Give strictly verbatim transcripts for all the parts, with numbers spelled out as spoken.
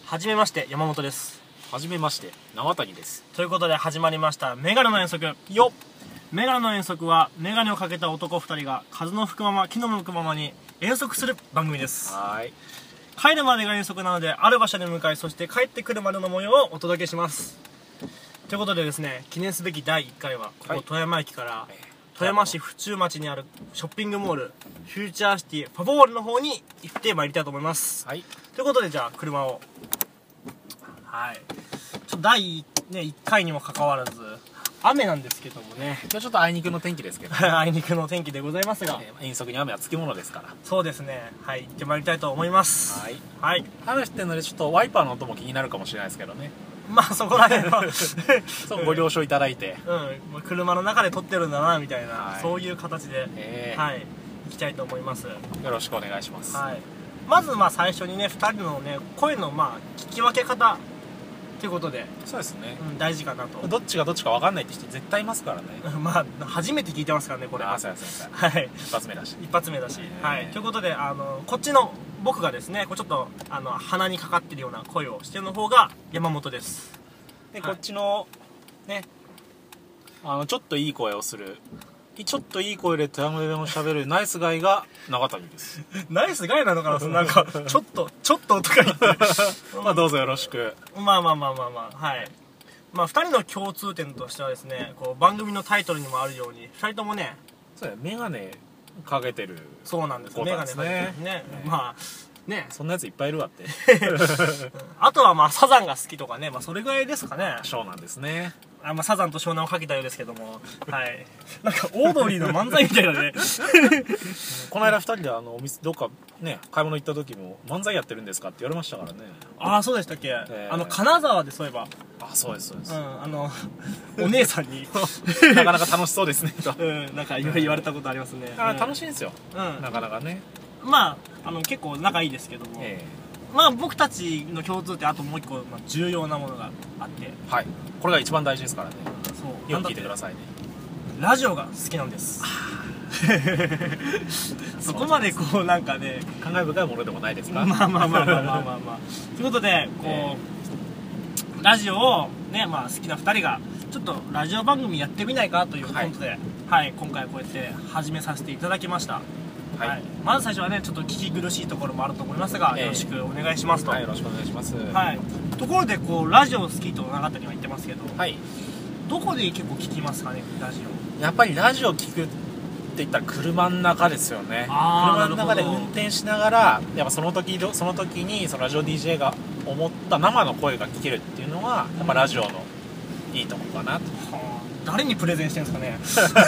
はじめまして山本です。 はじめまして縄谷です。 ということで始まりましたメガネの遠足よっ。メガネの遠足はメガネをかけた男ふたりが風の吹くまま気の向くままに遠足する番組です。 はい。 帰るまでが遠足なのである場所に向かい、そして帰ってくるまでの模様をお届けします。ということでですね、記念すべきだいいっかいはここ富山駅から富山市府中町にあるショッピングモールフューチャーシティファボールの方に行ってまいりたいと思います。 はい。 ということでじゃあ車をはいちょっとだい、ね、いっかいにもかかわらず雨なんですけどもね、 今日ちょっとあいにくの天気ですけど、 あいにくの天気でございますが、 えー遠足に雨はつきものですから。 そうですね、はい行ってまいりたいと思います。 はい。 はい、 雨降ってるのでちょっとワイパーの音も気になるかもしれないですけどね。 まあそこら辺はそうご了承いただいて、 うん、まあ車の中で撮ってるんだなみたいな、 はいそういう形で、 えーはい行きたいと思います。 よろしくお願いします。 はい、まずまあ最初にねふたりのね声のまあ聞き分け方ということで、 そうですね、 うん、大事かなと。 どっちがどっちか分かんないって人絶対いますからね。 まあ初めて聞いてますからねこれ。 ああ、そうやそうやはい一発目だし。 一発目だし、 えーはいということであのこっちの僕がですねこうちょっとあの鼻にかかってるような声をしてるの方が山本です。 で、 はいこっちのねあのちょっといい声をするちょっといい声で富山弁をしゃべるナイスガイが永谷です。 ナイスガイなのかな、そのなんかちょっとちょっととか言ってまあどうぞよろしく。 まあまあまあまあまあはいまあふたりの共通点としてはですね、こう番組のタイトルにもあるようにふたりともね、 そうやメガネかけてる。 そうなんです、 こうメガネなんですねかけてるね、 ええまあねそんなやついっぱいいるわって。 あとはまあサザンが好きとかね、まあそれぐらいですかね。 そうなんですね。 あまあ、サザンと湘南をかけたようですけども、はい、なんかオードリーの漫才みたいなねこの間ふたりであのお店どっかね買い物行った時も漫才やってるんですかって言われましたからね。 ああそうでしたっけ、 えーあの金沢でそういえば、 あ、そうですそうです、 うんあのお姉さんになかなか楽しそうですねと、 うんなんか言われたことありますね。 あうん楽しいんですよ、 うんなかなかね。 まああの結構仲いいですけども、 えまあ僕たちの共通点あともう一個、まあ、重要なものがあって、 ーはい、これが一番大事ですからね。 そうよく聞いてくださいね。 ラジオが好きなんですそこまでこうなんかね感慨深いものでもないですか。 まあまあまあまあまあまあまあということでこう、 えラジオをねまあ好きなふたりがちょっとラジオ番組やってみないかということで、はい、はい、今回こうやって始めさせていただきました。はい、はい、まず最初はねちょっと聞き苦しいところもあると思いますが、えー、よろしくお願いしますと。 はい、よろしくお願いします。 はい、ところでこうラジオ好きと永田には言ってますけど、 はい、 どこで結構聞きますかねラジオ。 やっぱりラジオ聞くって言ったら車の中ですよね。車の中で運転しながらやっぱその時その時にそのラジオ ディージェー が思った生の声が聞けるっていうのがやっぱラジオのいいとこかなと。 はあ、誰にプレゼンしてるんですかね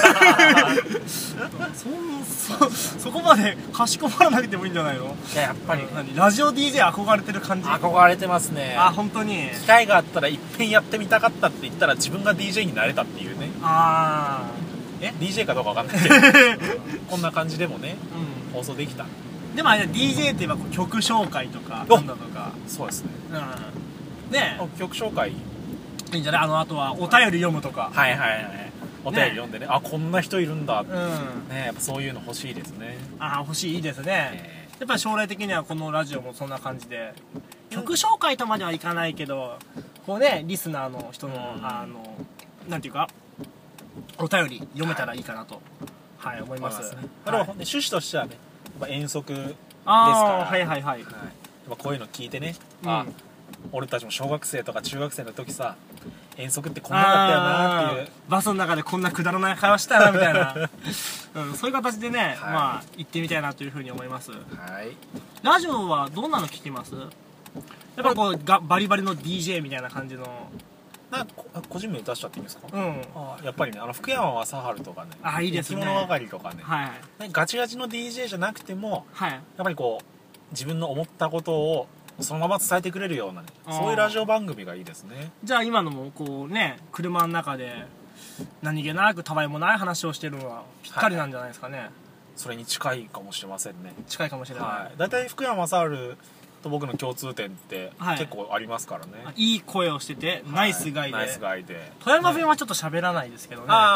そ, そ, そこまでかしこまらなくてもいいんじゃないの。 いややっぱり、ね、 何ラジオ ディージェー 憧れてる感じ。 憧れてますね。 あ本当に機会があったらいっぺんやってみたかったって言ったら自分が ディージェー になれたっていうね。 ああえ ディージェー かどうかわかんないけどこんな感じでもね、うん、放送できた。 でもあれ ディージェー って言えばこう曲紹介とかなんだとか。 そうですね、 うん、ね曲紹介いいんじゃない。あのあとはお便り読むとか。 はいはいはい、お便り読んでね、あこんな人いるんだ、うん、ね、やっぱそういうの欲しいですね。 あ欲しい、いいですね、えー、やっぱり将来的にはこのラジオもそんな感じで曲紹介とまではいかないけどこうねリスナーの人の、うん、あのなんていうかお便り読めたらいいかなと、はい、はい、思います。 ね、はい、でも趣旨としてはね遠足ですから、 はいはいはい、はい、 やっぱこういうの聞いてね、うん、あ俺たちも小学生とか中学生の時さ遠足ってこんなだったよなっていう、 バスの中でこんなくだらない会話したなみたいな、うん、そういう形でね、はい、まあ行ってみたいなというふうに思います。はい、ラジオはどんなの聞きます？やっぱこうがバリバリの ディージェー みたいな感じの。 なんか個人名出しちゃっていいんですか？うん、あやっぱりねあの福山雅治とかね、 あいいですね、 生き物係とかね、 はい、 ガチガチの ディージェー じゃなくても、はい、やっぱりこう自分の思ったことをそのまま伝えてくれるような、ね、そういうラジオ番組がいいですね。 じゃあ今のもこうね車の中で何気なくたわいもない話をしてるのはぴったりなんじゃないですかね。はい、 それに近いかもしれませんね。 近いかもしれない。はい、 だいたい福山雅治と僕の共通点って結構ありますからね。 はい、いい声をしてて、はい、ナイスガイで、 ナイスガイで富山弁はちょっと喋らないですけどね。 あ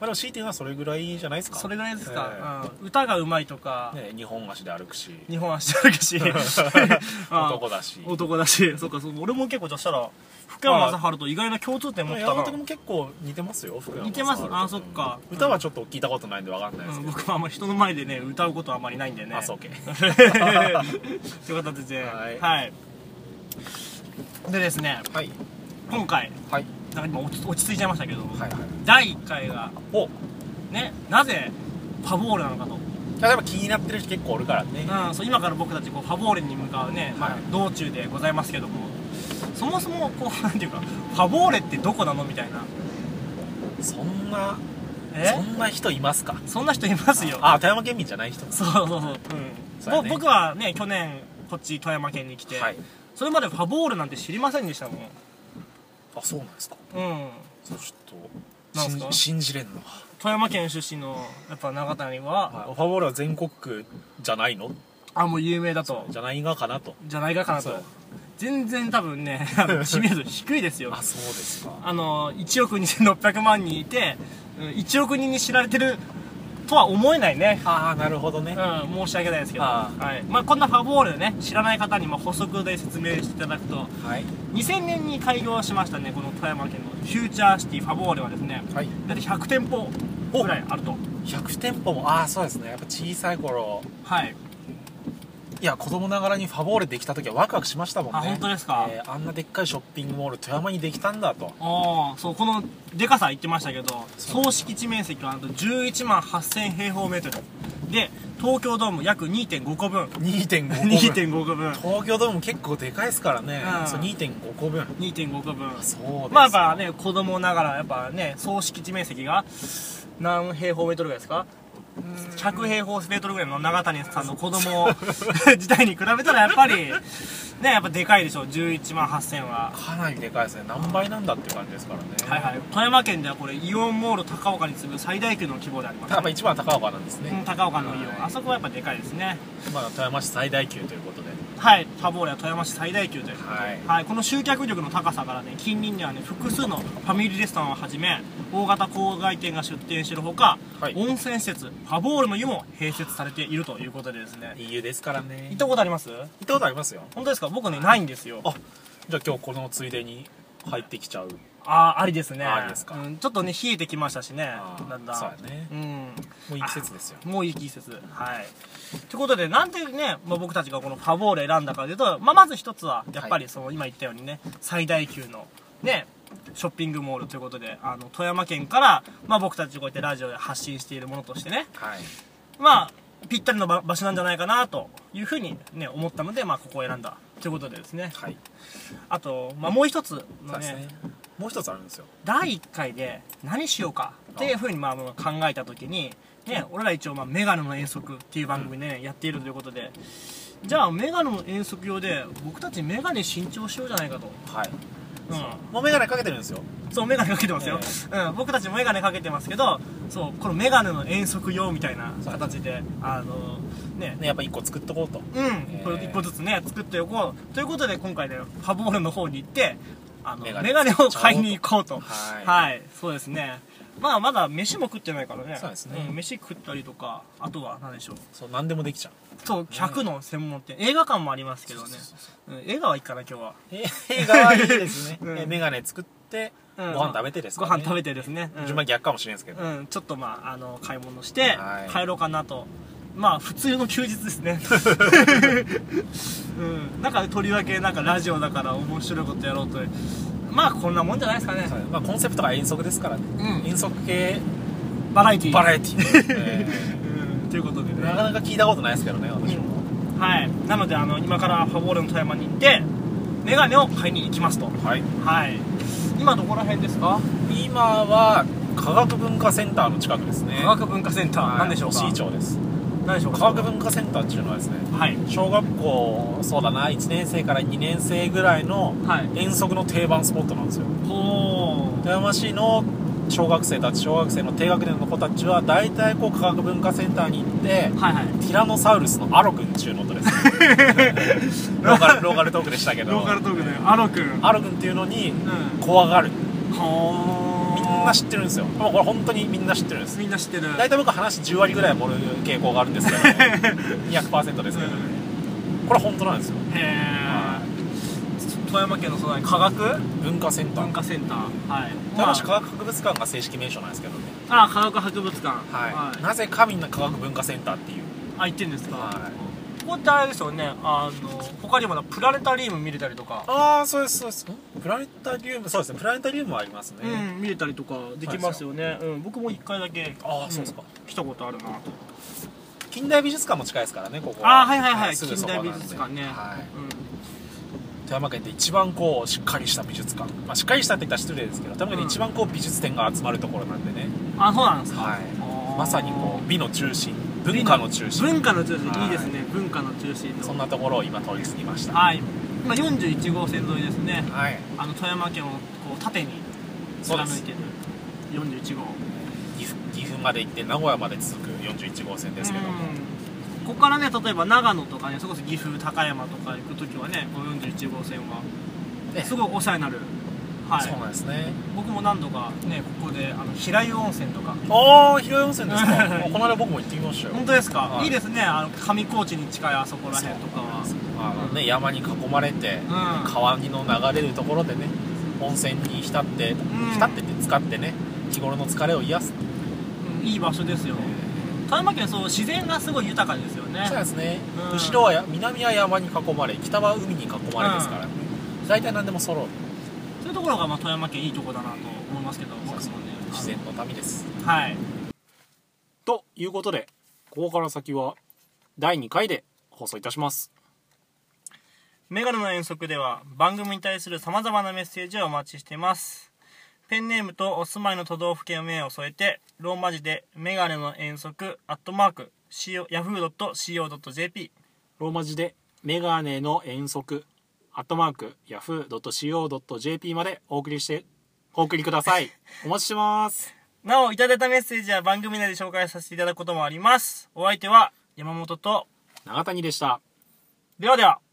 でも強いて言うのはそれぐらいじゃないですか。 それぐらいですか、 えーうん、歌がうまいとか、 ね、日本足で歩くし日本足歩くし男だし男だし、そうか、そう俺も結構じゃしたら福山雅治と意外な共通点持ったな。 山本君も結構似てますよ、福山雅治。 似てます。あ、そっか。 歌はちょっと聞いたことないんで分かんないですけど、 うん、僕もあんまり人の前でね歌うことはあんまりないんでね。 あ、そうけという形で、 はい、 はい、でですね、 はい、 今回、 はい、 なんか今落ち、落ち着いちゃいましたけど、 はいはい、 だいいっかいがおね、なぜファボーレなのかと。 例えば気になってる人結構おるからね、 うん、そう今から僕たちこうファボーレに向かうね、まあ、道中でございますけども、そもそもこうなんていうかファボーレってどこなのみたいな。 そんなえそんな人いますか。 そんな人いますよ。 ああ、富山県民じゃない人。 そうそうそう、うん、 そうね、 僕はね去年こっち富山県に来て、はい、それまでファボーレなんて知りませんでしたもん。 あ、そうなんですか。 うん、 そう、ちょっとなんすか信じれんの。 富山県出身のやっぱ永谷は、 ファボーレは全国区じゃないの。 あ、もう有名だと。 じゃないがかなと。 じゃないがかなと。全然多分ね知名度低いですよ。 あ、そうですか。 あのいちおくにせんろっぴゃくまんにんいていちおくにんに知られてるとは思えないね。 ああ、なるほどね。 うん、申し訳ないですけど、はい、まあ、こんなファボーレでね知らない方にも補足で説明していただくと、はい、にせんねんに開業しましたね、この富山県のフューチャーシティファボーレはですね、はい、だってひゃくてんぽぐらいあると。 ひゃくてんぽも、ああ、そうですね。やっぱ小さい頃、はい、いや、子供ながらにファボーレできた時はワクワクしましたもんね。 あ、本当ですか。 えー、あんなでっかいショッピングモール富山にできたんだと。 ああ、そう、このでかさ言ってましたけど、総敷地面積はなんとじゅういちまんはっせんへいほうメートルで、東京ドーム約 にてんごこぶん。 にてんごこぶん。 にてんごこぶん。 東京ドーム結構でかいですからね。うん、そう、にてんごこぶん。 にてんごこぶん。 そうですか。 まあやっぱね、子供ながらやっぱね、総敷地面積が何平方メートルぐらいですか。ひゃくへいほうメートルぐらいの永谷さんの子供時代に比べたらやっぱりね、やっぱでかいでしょ。じゅういちまんはっせんはかなりでかいですね。何倍なんだっていう感じですからね。 はいはい。富山県ではこれイオンモール高岡に次ぐ最大級の規模であります、ね、 やっぱ一番高岡なんですね、 うん、高岡のイオン、はい、あそこはやっぱでかいですね。 まあ富山市最大級ということで、 はい、ファボーレは富山市最大級ということで、 はいはい、この集客力の高さからね、近隣にはね複数のファミリーレストランをはじめ大型郊外店が出店しているほか、はい、温泉施設ファボーレの湯も併設されているということでですね。 いい湯ですからね。 行ったことあります？ 行ったことありますよ。 本当ですか？僕ねないんですよ。 あ、じゃあ今日このついでに入ってきちゃう。 ああ、ありですね。 ありですか、 うん、ちょっとね冷えてきましたしね、だんだん。 そうやね、うん、もういい季節ですよ。 もういい季節。はいということで、なんでね、まあ、僕たちがこのファボーレ選んだかというと、まあ、まず一つはやっぱりその、はい、今言ったようにね、最大級のねショッピングモールということで、あの富山県から、まあ、僕たちこうやってラジオで発信しているものとしてね、はい、まあぴったりの場所なんじゃないかなというふうに、ね、思ったので、まあ、ここを選んだということでですね、はい、あと、まあ、もう一つのね、ねもう一つあるんですよ。 だいいっかいで何しようかっていうふうにまあ考えた時に、ね、俺ら一応まあメガネの遠足っていう番組ね、うん、やっているということで、じゃあメガネの遠足用で僕たちメガネ新調しようじゃないかと。はい、 うん、もうメガネかけてるんですよ。 そう、メガネかけてますよ、えーうん、僕たちもメガネかけてますけど、そうこのメガネの遠足用みたいな形で、あのねね、やっぱいっこ作っとこうと、 うん、えー、これいっこずつね作っておこうということで、今回ねファボーレの方に行ってあのメガネ、メガネを買いに行こうと。はい、はい、そうですね。まあまだ飯も食ってないからね。そうですね、うん、飯食ったりとか、あとは何でしょう、 そう何でもできちゃう。 そう客の専門店、映画館もありますけどね。映画はいいかな今日は。 映画はいいですね、うん、メガネ作って、うん、ご飯食べてですかね。 ご飯食べてですね、うん、 順番逆かもしれないですけど、 うん、ちょっとまああの買い物して帰ろうかなと。まあ普通の休日ですね、うん、なんかとりわけなんかラジオだから面白いことやろうと、まあこんなもんじゃないですかね。 まあ、コンセプトが遠足ですからね、うん、遠足系バラエティーバラエティー、えーうん、ということでね、 なかなか聞いたことないですけどね、私も、 うん、はい。なのであの今からファボーレの富山に行ってメガネを買いに行きますと。はい、はい、今どこら辺ですか？ 今は科学文化センターの近くですね。 科学文化センター、はい、何でしょうか？ 星町です。 何でしょうか？ 科学文化センターっていうのはですね、はい、小学校、そうだな、いちねんせいからにねんせいぐらいの遠足の定番スポットなんですよ。はい、富山市の小学生たち、小学生の低学年の子たちは大体こう科学文化センターに行って、はいはい、ティラノサウルスのアロ君っていうのとですねローカル、ローカルトークでしたけど、 ローカルトークでアロ君アロ君っていうのに怖がる、うん、 はみみんな知ってるんですよ。もうこれ本当にみんな知ってるんです。 みんな知ってる。 大体僕話じゅうわりぐらい盛る傾向があるんですけど、ね、にひゃくパーセント ですけどね、うん、これ本当なんですよ。 へえ。富山県のその科学文化センター文化センター、はい、 富山市科学博物館が正式名称なんですけどね。 ああ、科学博物館、 はい、はい、なぜかみんな科学文化センターっていう、 あ、言ってるんですか。 はい、 ここってあれですよね、あの他にもプラネタリウム見れたりとか。 ああ、そうですそうです。プラネタリウム、そうですね、プラネタリウムはありますね。 うん、見れたりとかできますよね。うん、僕もいっかいだけ、 ああ、そうですか、 来たことあるなと。 近代美術館も近いですからね、ここは。 ああ、はいはいはい、近代美術館ね。はい、うん、 富山県で一番こうしっかりした美術館、まあ、しっかりしたって言ったら失礼ですけど、富山県で一番こう美術展が集まるところなんでね。 あ、そうなんですか。 はい、まさにこう美の中心、文化の中心、 文化の中心、いいですね。文化の中心のそんなところを今通り過ぎました。 はい、今よんじゅういちごうせん沿いですね。 はい、あの富山県をこう縦に貫いてるよんじゅういちごう、 岐阜、岐阜まで行って名古屋まで続くよんじゅういちごうせんですけども、 ここからね、例えば長野とかね、それこそ岐阜、高山とか行くときはね、このよんじゅういちごうせんはすごいおしゃれになる。はい、 そうなんですね。 僕も何度かね、ここであの平湯温泉とか。 ああ、平湯温泉ですか。この間僕も行ってきましたよ。 本当ですか。 はい、 いいですね。あの上高地に近いあそこら辺とかは、 あのね、山に囲まれて、うん、川の流れるところでね、温泉に浸って、うん、浸ってて使ってね、日頃の疲れを癒す、 うん、いい場所ですよ。富山県、そう自然がすごい豊かですよね。 そうですね、うん、後ろはや南は山に囲まれ、北は海に囲まれですから、ね、うん、大体何でも揃う。 そういうところがまあ富山県いいところだなと思いますけど、僕もね、 自然の民です。 はい。 ということで、ここから先はだいにかいで放送いたします。 メガネの遠足では番組に対するさまざまなメッセージをお待ちしています。ペンネームとお住まいの都道府県名を添えて、ローマ字でメガネの遠足アットマークヤフードットシーオードットジェーピー、 ローマ字でメガネの遠足アットマークヤフードットシーオードットジェーピー までお送りしてお送りください。お待ちしてます。 なお、いただいたメッセージは番組内で紹介させていただくこともあります。お相手は山本と永谷でした。 ではでは。